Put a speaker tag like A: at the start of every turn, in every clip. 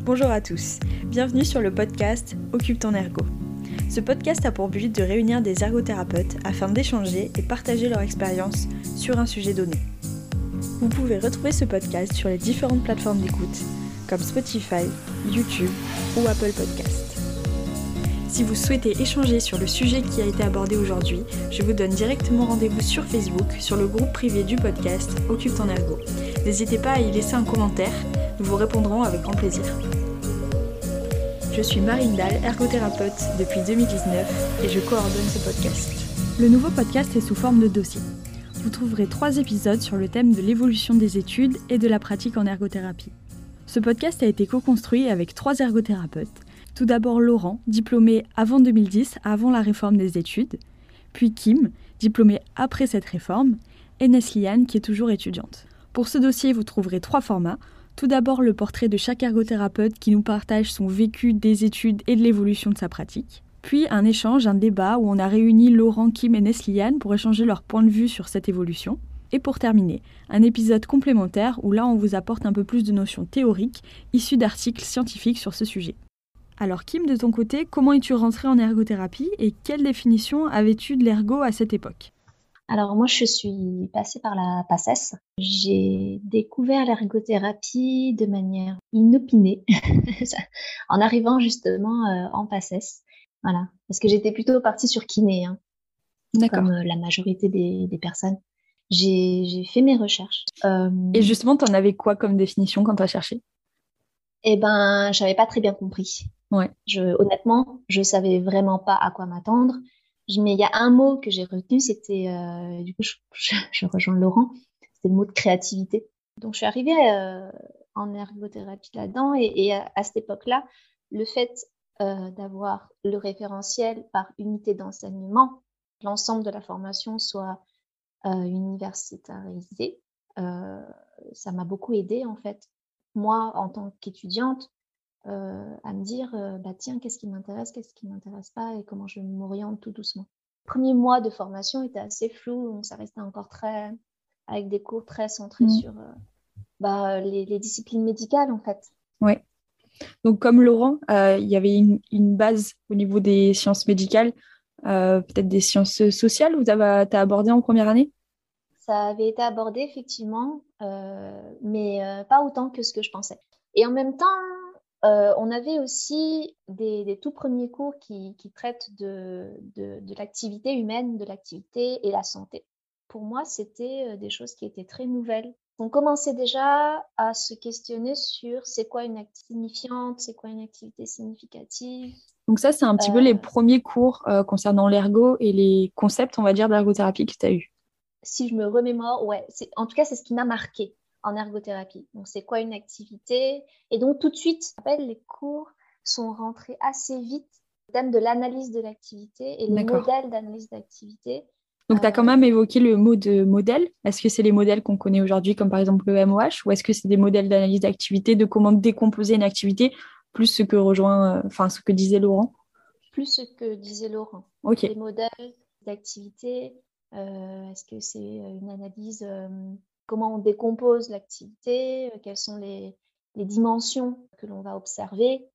A: Bonjour à tous, bienvenue sur le podcast Occupe ton ergo. Ce podcast a pour but de réunir des ergothérapeutes afin d'échanger et partager leur expérience sur un sujet donné. Vous pouvez retrouver ce podcast sur les différentes plateformes d'écoute comme Spotify, YouTube ou Apple Podcast. Si vous souhaitez échanger sur le sujet qui a été abordé aujourd'hui, je vous donne directement rendez-vous sur Facebook, sur le groupe privé du podcast Occupe ton ergo. N'hésitez pas à y laisser un commentaire, nous vous répondrons avec grand plaisir. Je suis Marine Dahl, ergothérapeute depuis 2019 et je coordonne ce podcast. Le nouveau podcast est sous forme de dossier. Vous trouverez 3 épisodes sur le thème de l'évolution des études et de la pratique en ergothérapie. Ce podcast a été co-construit avec 3 ergothérapeutes. Tout d'abord Laurent, diplômé avant 2010, avant la réforme des études, puis Kim, diplômée après cette réforme, et Nesliane, qui est toujours étudiante. Pour ce dossier, vous trouverez 3 formats. Tout d'abord le portrait de chaque ergothérapeute qui nous partage son vécu des études et de l'évolution de sa pratique. Puis un échange, un débat où on a réuni Laurent, Kim et Nesliane pour échanger leur point de vue sur cette évolution. Et pour terminer, un épisode complémentaire où là on vous apporte un peu plus de notions théoriques issues d'articles scientifiques sur ce sujet. Alors Kim, de ton côté, comment es-tu rentrée en ergothérapie et quelle définition avais-tu de l'ergo à cette époque ?
B: Alors moi, je suis passée par la PACES. J'ai découvert l'ergothérapie de manière inopinée en arrivant justement en PACES. Voilà, parce que j'étais plutôt partie sur kiné, comme la majorité des personnes. J'ai fait mes recherches.
A: Et justement, t'en avais quoi comme définition quand t'as cherché ?
B: Eh ben, j'avais pas très bien compris.
A: Ouais.
B: Honnêtement, je savais vraiment pas à quoi m'attendre. Mais il y a un mot que j'ai retenu, c'était, du coup, je rejoins Laurent, c'était le mot de créativité. Donc, je suis arrivée en ergothérapie là-dedans et à cette époque-là, le fait d'avoir le référentiel par unité d'enseignement, l'ensemble de la formation soit universitarisé, ça m'a beaucoup aidée en fait. Moi, en tant qu'étudiante, à me dire tiens, qu'est-ce qui m'intéresse pas et comment je m'oriente tout doucement. Le premier mois de formation était assez flou, donc ça restait encore avec des cours très centrés sur les disciplines médicales en fait.
A: Ouais. Donc comme Laurent, il y avait une base au niveau des sciences médicales, peut-être des sciences sociales, t'as abordé en première année ?
B: Ça avait été abordé effectivement, mais pas autant que ce que je pensais. Et en même temps, on avait aussi des tout premiers cours qui traitent de l'activité humaine, de l'activité et la santé. Pour moi, c'était des choses qui étaient très nouvelles. On commençait déjà à se questionner sur c'est quoi une activité signifiante, c'est quoi une activité significative.
A: Donc ça, c'est un petit peu les premiers cours concernant l'ergo et les concepts, on va dire, d'ergothérapie que tu as eu.
B: Si je me remémore, ouais, en tout cas, c'est ce qui m'a marqué en ergothérapie. Donc, c'est quoi une activité? Et donc, tout de suite, les cours sont rentrés assez vite au thème de l'analyse de l'activité et les modèles d'analyse d'activité.
A: Donc, tu as quand même évoqué le mot de modèle. Est-ce que c'est les modèles qu'on connaît aujourd'hui, comme par exemple le MOH, ou est-ce que c'est des modèles d'analyse d'activité, de comment décomposer une activité, plus ce que disait Laurent?
B: Plus ce que disait Laurent.
A: Ok.
B: Les modèles d'activité, est-ce que c'est une analyse, comment on décompose l'activité, quelles sont les dimensions que l'on va observer,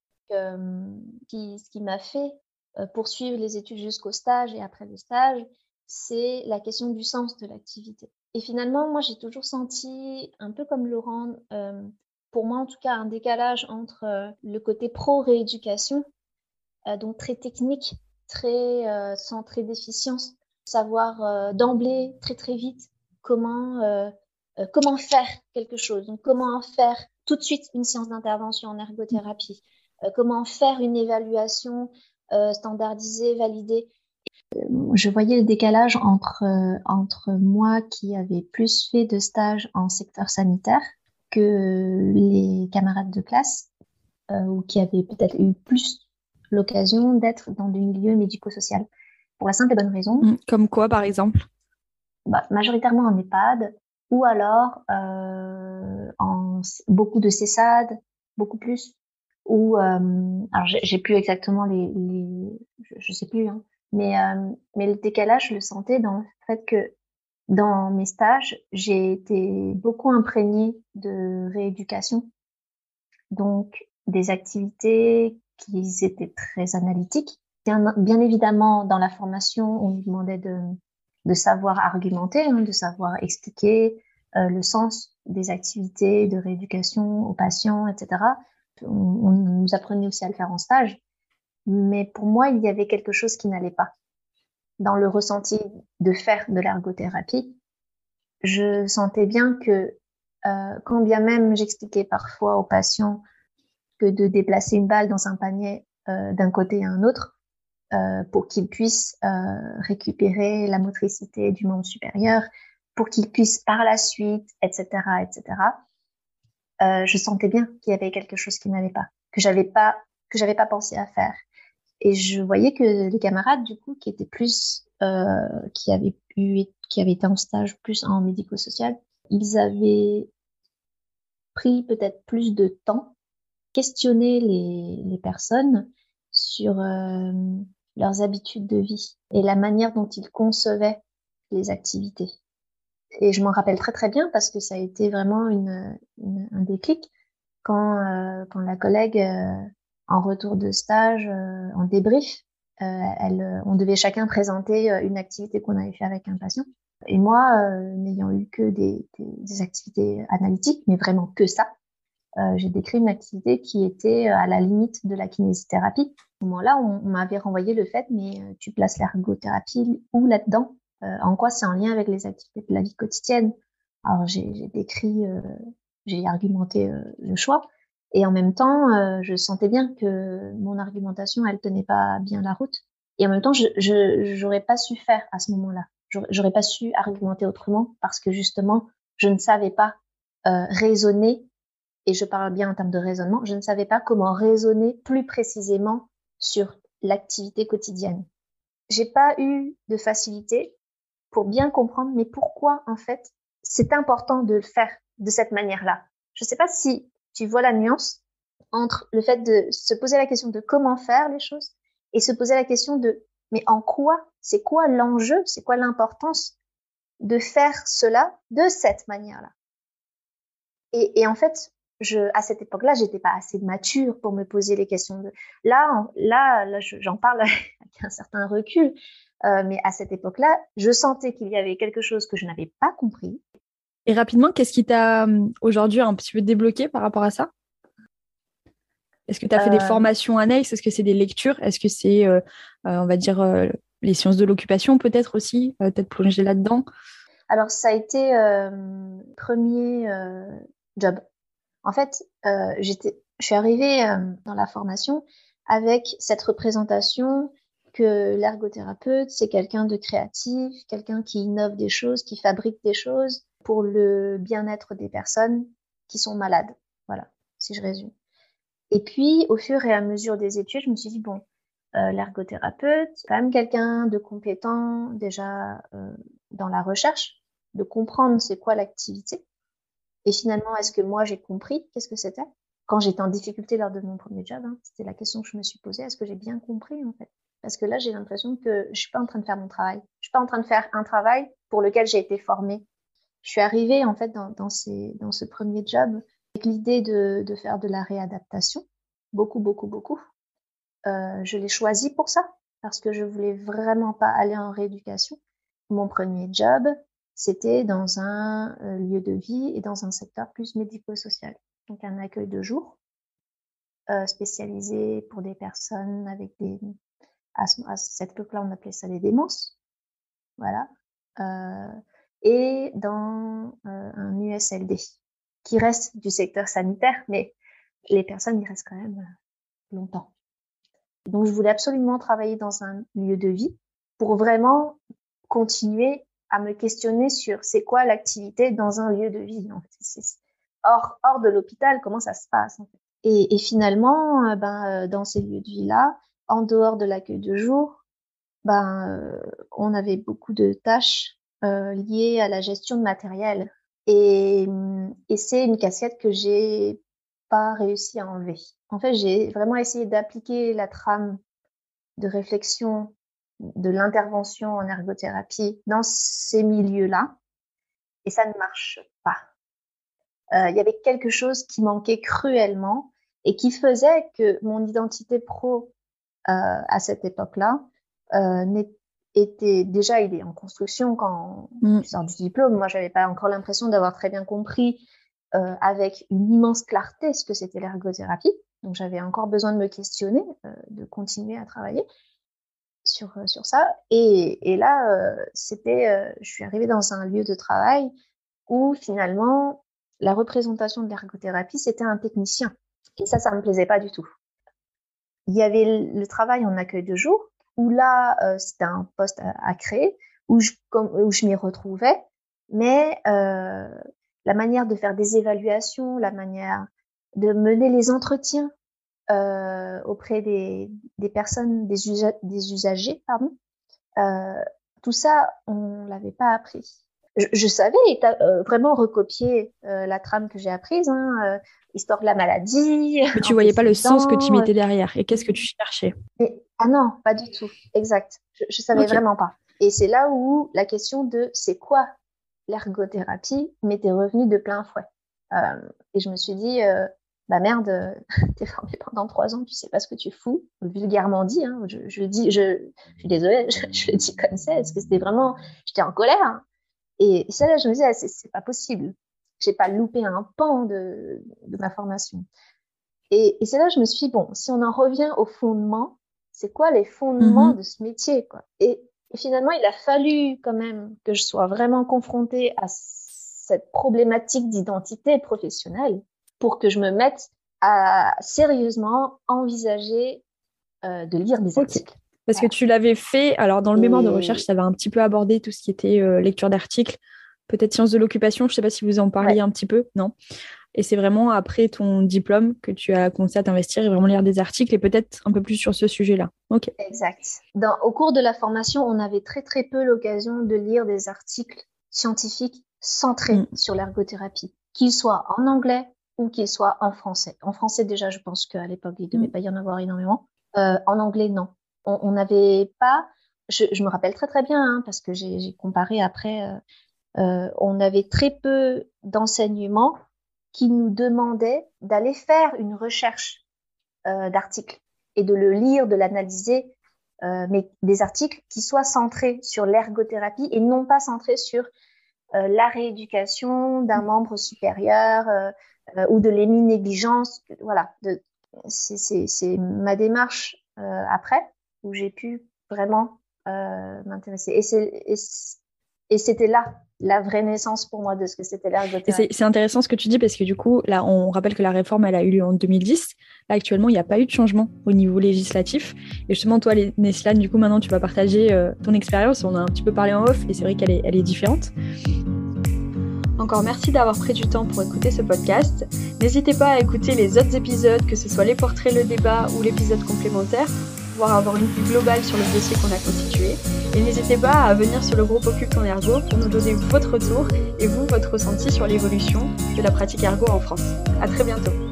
B: ce qui m'a fait poursuivre les études jusqu'au stage et après le stage, c'est la question du sens de l'activité. Et finalement, moi, j'ai toujours senti, un peu comme Laurent, pour moi en tout cas, un décalage entre le côté pro-rééducation, donc très technique, très centré d'efficience, savoir d'emblée, très très vite, comment faire quelque chose, donc comment faire tout de suite une séance d'intervention en ergothérapie, comment faire une évaluation standardisée, validée. Je voyais le décalage entre moi qui avais plus fait de stages en secteur sanitaire que les camarades de classe ou qui avaient peut-être eu plus l'occasion d'être dans du milieu médico-social. Pour la simple et bonne raison.
A: Comme quoi, par exemple ?
B: Majoritairement en EHPAD ou alors en beaucoup de CESAD, beaucoup plus. Ou alors j'ai plus exactement je sais plus, mais le décalage, je le sentais dans le fait que dans mes stages, j'ai été beaucoup imprégnée de rééducation. Donc, des activités qui étaient très analytiques. Bien évidemment, dans la formation, on nous demandait de savoir argumenter, de savoir expliquer le sens des activités de rééducation aux patients, etc. On nous apprenait aussi à le faire en stage. Mais pour moi, il y avait quelque chose qui n'allait pas. Dans le ressenti de faire de l'ergothérapie, je sentais bien que quand bien même j'expliquais parfois aux patients que de déplacer une balle dans un panier d'un côté à un autre pour qu'ils puissent récupérer la motricité du membre supérieur, pour qu'ils puissent par la suite, etc., etc. Je sentais bien qu'il y avait quelque chose qui n'allait pas, que j'avais pas pensé à faire. Et je voyais que les camarades, du coup, qui étaient plus, qui avaient été en stage plus en médico-social, ils avaient pris peut-être plus de temps, questionner les personnes sur leurs habitudes de vie et la manière dont ils concevaient les activités. Et je m'en rappelle très très bien parce que ça a été vraiment un déclic quand la collègue en retour de stage, en débrief, on devait chacun présenter une activité qu'on avait fait avec un patient. Et moi, n'ayant eu que des activités analytiques, mais vraiment que ça, j'ai décrit une activité qui était à la limite de la kinésithérapie. À ce moment-là, on m'avait renvoyé le fait, mais tu places l'ergothérapie où là-dedans? En quoi c'est en lien avec les activités de la vie quotidienne? Alors j'ai décrit, j'ai argumenté le choix, et en même temps, je sentais bien que mon argumentation, elle tenait pas bien la route. Et en même temps, j'aurais pas su faire à ce moment-là. J'aurais pas su argumenter autrement parce que justement, je ne savais pas raisonner. Et je parle bien en termes de raisonnement, je ne savais pas comment raisonner plus précisément sur l'activité quotidienne. J'ai pas eu de facilité pour bien comprendre, mais pourquoi, en fait, c'est important de le faire de cette manière-là. Je sais pas si tu vois la nuance entre le fait de se poser la question de comment faire les choses et se poser la question de, mais en quoi, c'est quoi l'enjeu, c'est quoi l'importance de faire cela de cette manière-là. Et en fait, à cette époque-là, j'étais pas assez mature pour me poser les questions de. Là, j'en parle avec un certain recul, mais à cette époque-là, je sentais qu'il y avait quelque chose que je n'avais pas compris.
A: Et rapidement, qu'est-ce qui t'a aujourd'hui un petit peu débloqué par rapport à ça? Est-ce que tu as fait des formations annexes? Est-ce que c'est des lectures? Est-ce que c'est, on va dire, les sciences de l'occupation peut-être aussi? Peut-être plonger là-dedans?
B: Alors, ça a été premier job. En fait, je suis arrivée dans la formation avec cette représentation que l'ergothérapeute, c'est quelqu'un de créatif, quelqu'un qui innove des choses, qui fabrique des choses pour le bien-être des personnes qui sont malades. Voilà, si je résume. Et puis, au fur et à mesure des études, je me suis dit, bon, l'ergothérapeute, c'est quand même quelqu'un de compétent déjà dans la recherche, de comprendre c'est quoi l'activité. Et finalement, est-ce que moi, j'ai compris qu'est-ce que c'était? Quand j'étais en difficulté lors de mon premier job, c'était la question que je me suis posée. Est-ce que j'ai bien compris, en fait? Parce que là, j'ai l'impression que je suis pas en train de faire mon travail. Je suis pas en train de faire un travail pour lequel j'ai été formée. Je suis arrivée, en fait, dans ce premier job avec l'idée de faire de la réadaptation. Beaucoup, beaucoup, beaucoup. Je l'ai choisi pour ça, parce que je voulais vraiment pas aller en rééducation. Mon premier job, c'était dans un lieu de vie et dans un secteur plus médico-social. Donc un accueil de jour spécialisé pour des personnes avec des. À cette époque-là, on appelait ça des démences. Voilà. Et dans un USLD qui reste du secteur sanitaire, mais les personnes y restent quand même longtemps. Donc, je voulais absolument travailler dans un lieu de vie pour vraiment continuer à me questionner sur c'est quoi l'activité dans un lieu de vie. En fait. C'est hors de l'hôpital, comment ça se passe en fait. Et finalement, dans ces lieux de vie-là, en dehors de l'accueil de jour, on avait beaucoup de tâches liées à la gestion de matériel. Et c'est une casquette que j'ai pas réussi à enlever. En fait, j'ai vraiment essayé d'appliquer la trame de réflexion de l'intervention en ergothérapie dans ces milieux-là, et ça ne marche pas. Il y avait quelque chose qui manquait cruellement, et qui faisait que mon identité pro à cette époque-là était déjà, il est en construction quand je sors du diplôme. Moi, j'avais pas encore l'impression d'avoir très bien compris avec une immense clarté ce que c'était l'ergothérapie. Donc, j'avais encore besoin de me questionner, de continuer à travailler sur ça. Et là, je suis arrivée dans un lieu de travail où finalement, la représentation de l'ergothérapie, c'était un technicien. Et ça me plaisait pas du tout. Il y avait le travail en accueil de jour, où là, c'était un poste à créer, où je m'y retrouvais, mais la manière de faire des évaluations, la manière de mener les entretiens auprès des personnes, des usagers, pardon, tout ça, on l'avait pas appris. Je savais vraiment recopier la trame que j'ai apprise, histoire de la maladie.
A: Mais tu voyais pas le sens que tu mettais derrière. Et qu'est-ce que tu cherchais?
B: Ah non, pas du tout. Exact. Je savais vraiment pas. Et c'est là où la question de c'est quoi l'ergothérapie m'était revenue de plein fouet. Et je me suis dit, bah merde, t'es formée pendant 3 ans, tu sais pas ce que tu fous, vulgairement dit. Je suis désolée, je le dis comme ça, parce que j'étais en colère. Et ça, là, je me disais, c'est pas possible. J'ai pas loupé un pan de ma formation. Et c'est là que je me suis dit, bon, si on en revient aux fondements, c'est quoi les fondements de ce métier, quoi. Et finalement, il a fallu quand même que je sois vraiment confrontée à cette problématique d'identité professionnelle pour que je me mette à sérieusement envisager de lire des articles.
A: Parce que tu l'avais fait, alors dans le mémoire de recherche, ça va un petit peu aborder tout ce qui était lecture d'articles, peut-être sciences de l'occupation, je ne sais pas si vous en parliez un petit peu, non? Et c'est vraiment après ton diplôme que tu as commencé à t'investir et vraiment lire des articles et peut-être un peu plus sur ce sujet-là. Ok.
B: Exact. Au cours de la formation, on avait très très peu l'occasion de lire des articles scientifiques centrés sur l'ergothérapie, qu'ils soient en anglais ou qu'ils soient en français. En français déjà, je pense qu'à l'époque, il ne devait pas y en avoir énormément. En anglais, non. On n'avait pas, je me rappelle très très bien, parce que j'ai comparé après, on avait très peu d'enseignements qui nous demandaient d'aller faire une recherche d'articles et de le lire, de l'analyser, mais des articles qui soient centrés sur l'ergothérapie et non pas centrés sur la rééducation d'un membre supérieur ou de l'émi-négligence. Voilà, c'est ma démarche après où j'ai pu vraiment m'intéresser. Et c'était là la vraie naissance pour moi de ce que c'était l'ergothérapie.
A: C'est intéressant ce que tu dis parce que du coup, là, on rappelle que la réforme, elle a eu lieu en 2010. Là, actuellement, il n'y a pas eu de changement au niveau législatif. Et justement, toi, Neslan, du coup, maintenant, tu vas partager ton expérience. On a un petit peu parlé en off et c'est vrai qu'elle est différente. Encore merci d'avoir pris du temps pour écouter ce podcast. N'hésitez pas à écouter les autres épisodes, que ce soit les portraits, le débat ou l'épisode complémentaire, pour pouvoir avoir une vue globale sur le dossier qu'on a constitué. Et n'hésitez pas à venir sur le groupe Occupe ton ergo pour nous donner votre retour et vous, votre ressenti sur l'évolution de la pratique ergo en France. À très bientôt.